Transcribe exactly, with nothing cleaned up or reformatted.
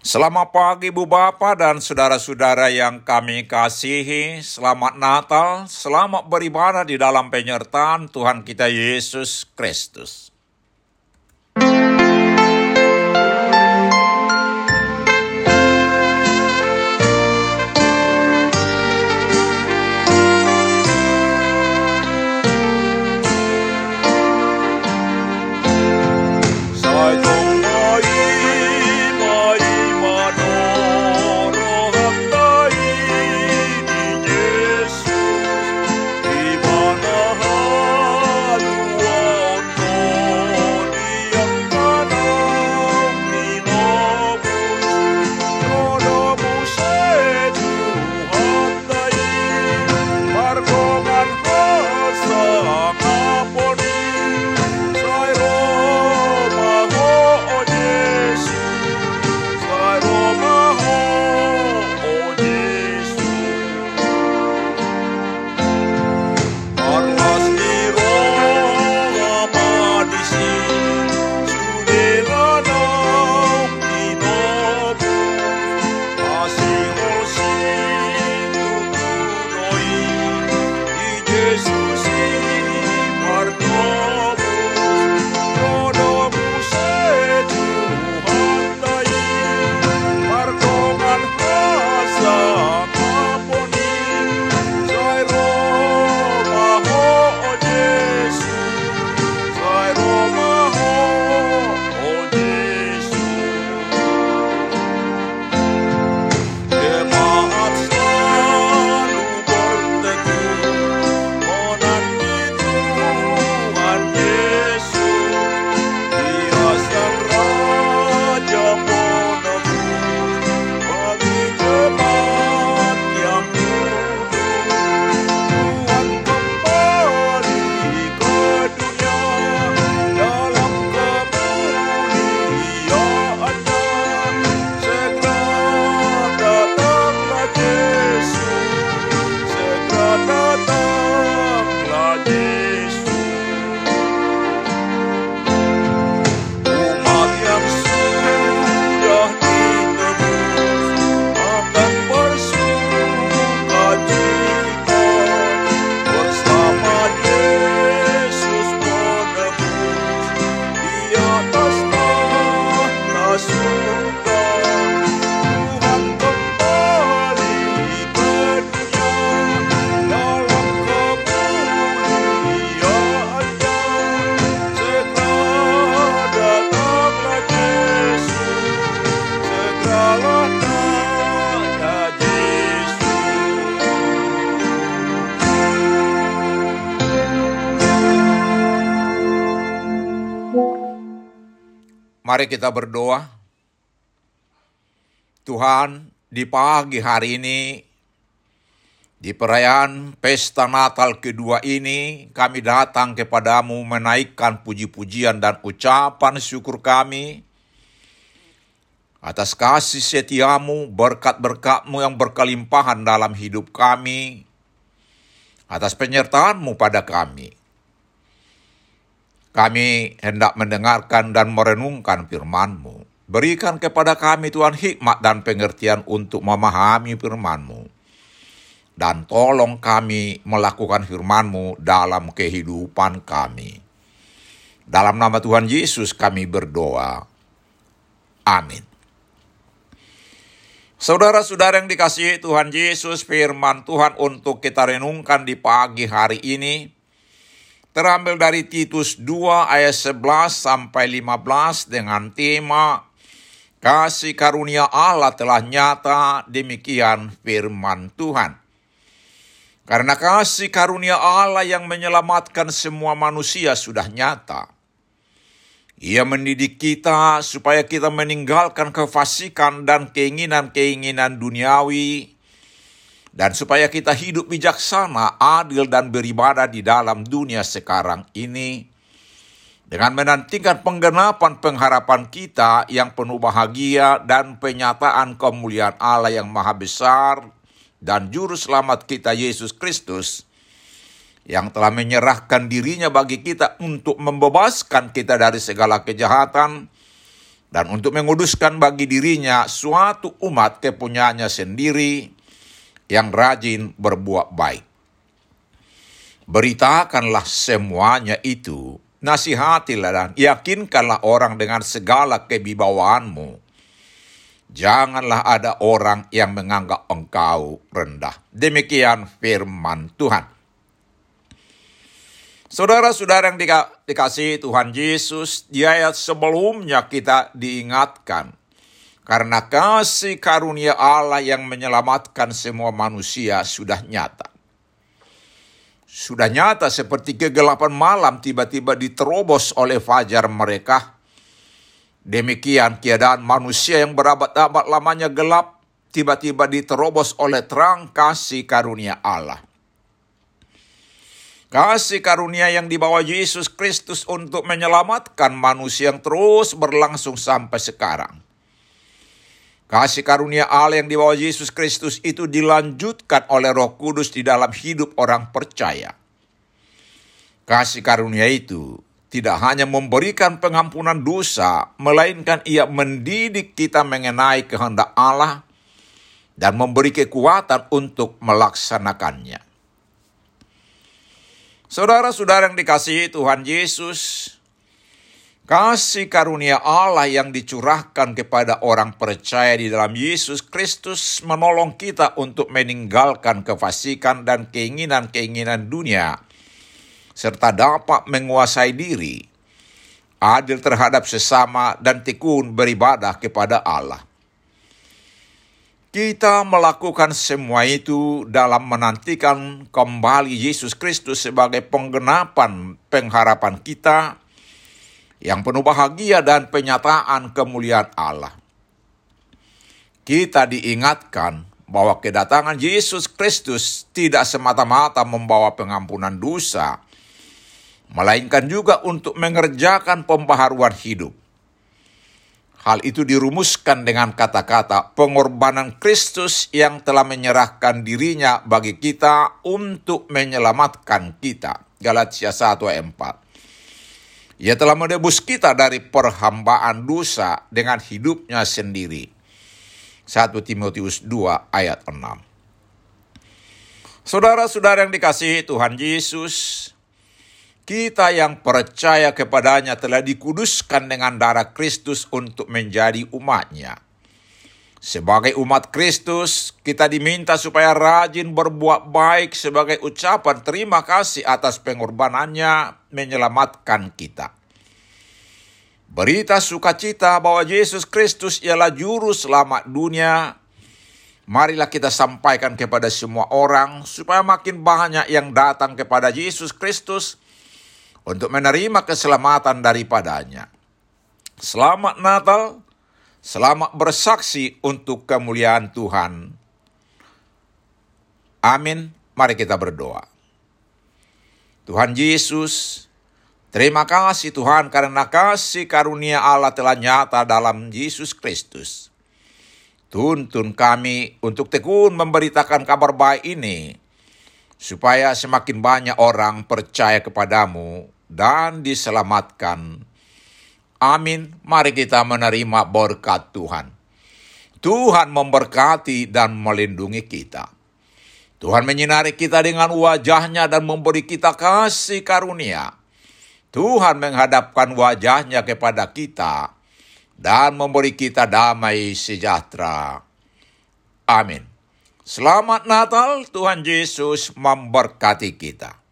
Selamat pagi Bu Bapa dan saudara-saudara yang kami kasihi. Selamat Natal, selamat beribadah di dalam penyertaan Tuhan kita Yesus Kristus. Mari kita berdoa. Tuhan, di pagi hari ini, di perayaan pesta Natal kedua ini, kami datang kepadamu menaikkan puji-pujian dan ucapan syukur kami atas kasih setiamu, berkat-berkatmu yang berkelimpahan dalam hidup kami, atas penyertaanmu pada kami. Kami hendak mendengarkan dan merenungkan firman-Mu. Berikan kepada kami Tuhan hikmat dan pengertian untuk memahami firman-Mu. Dan tolong kami melakukan firman-Mu dalam kehidupan kami. Dalam nama Tuhan Yesus kami berdoa. Amin. Saudara-saudara yang dikasihi Tuhan Yesus, firman Tuhan untuk kita renungkan di pagi hari ini terambil dari Titus dua ayat sebelas sampai lima belas dengan tema kasih karunia Allah telah nyata, demikian firman Tuhan. Karena kasih karunia Allah yang menyelamatkan semua manusia sudah nyata. Ia mendidik kita supaya kita meninggalkan kefasikan dan keinginan-keinginan duniawi, dan supaya kita hidup bijaksana, adil, dan beribadah di dalam dunia sekarang ini, dengan menantikan penggenapan pengharapan kita yang penuh bahagia dan penyataan kemuliaan Allah yang maha besar dan Juru Selamat kita Yesus Kristus, yang telah menyerahkan dirinya bagi kita untuk membebaskan kita dari segala kejahatan dan untuk menguduskan bagi dirinya suatu umat kepunyaannya sendiri yang rajin berbuat baik. Beritakanlah semuanya itu, nasihatilah dan yakinkanlah orang dengan segala kewibawaanmu. Janganlah ada orang yang menganggap engkau rendah. Demikian firman Tuhan. Saudara-saudara yang dika- dikasihi Tuhan Yesus, di ayat sebelumnya kita diingatkan, karena kasih karunia Allah yang menyelamatkan semua manusia sudah nyata. Sudah nyata seperti kegelapan malam tiba-tiba diterobos oleh fajar mereka. Demikian keadaan manusia yang berabad-abad lamanya gelap, tiba-tiba diterobos oleh terang kasih karunia Allah. Kasih karunia yang dibawa Yesus Kristus untuk menyelamatkan manusia yang terus berlangsung sampai sekarang. Kasih karunia Allah yang dibawa Yesus Kristus itu dilanjutkan oleh Roh Kudus di dalam hidup orang percaya. Kasih karunia itu tidak hanya memberikan pengampunan dosa, melainkan ia mendidik kita mengenai kehendak Allah dan memberi kekuatan untuk melaksanakannya. Saudara-saudara yang dikasihi Tuhan Yesus, kasih karunia Allah yang dicurahkan kepada orang percaya di dalam Yesus Kristus menolong kita untuk meninggalkan kefasikan dan keinginan-keinginan dunia, serta dapat menguasai diri, adil terhadap sesama, dan tekun beribadah kepada Allah. Kita melakukan semua itu dalam menantikan kembali Yesus Kristus sebagai penggenapan pengharapan kita, yang penuh bahagia dan penyataan kemuliaan Allah. Kita diingatkan bahwa kedatangan Yesus Kristus tidak semata-mata membawa pengampunan dosa, melainkan juga untuk mengerjakan pembaharuan hidup. Hal itu dirumuskan dengan kata-kata pengorbanan Kristus yang telah menyerahkan dirinya bagi kita untuk menyelamatkan kita. Galatia satu ayat empat. Ia telah menebus kita dari perhambaan dosa dengan hidupnya sendiri. satu Timotius dua ayat enam. Saudara-saudara yang dikasihi Tuhan Yesus, kita yang percaya kepadanya telah dikuduskan dengan darah Kristus untuk menjadi umat-Nya. Sebagai umat Kristus, kita diminta supaya rajin berbuat baik sebagai ucapan terima kasih atas pengorbanannya menyelamatkan kita. Berita sukacita bahwa Yesus Kristus ialah juru selamat dunia, marilah kita sampaikan kepada semua orang supaya makin banyak yang datang kepada Yesus Kristus untuk menerima keselamatan daripadanya. Selamat Natal. Selamat bersaksi untuk kemuliaan Tuhan. Amin. Mari kita berdoa. Tuhan Yesus, terima kasih Tuhan karena kasih karunia Allah telah nyata dalam Yesus Kristus. Tuntun kami untuk tekun memberitakan kabar baik ini, supaya semakin banyak orang percaya kepadamu dan diselamatkan. Amin. Mari kita menerima berkat Tuhan. Tuhan memberkati dan melindungi kita. Tuhan menyinari kita dengan wajah-Nya dan memberi kita kasih karunia. Tuhan menghadapkan wajah-Nya kepada kita dan memberi kita damai sejahtera. Amin. Selamat Natal, Tuhan Yesus memberkati kita.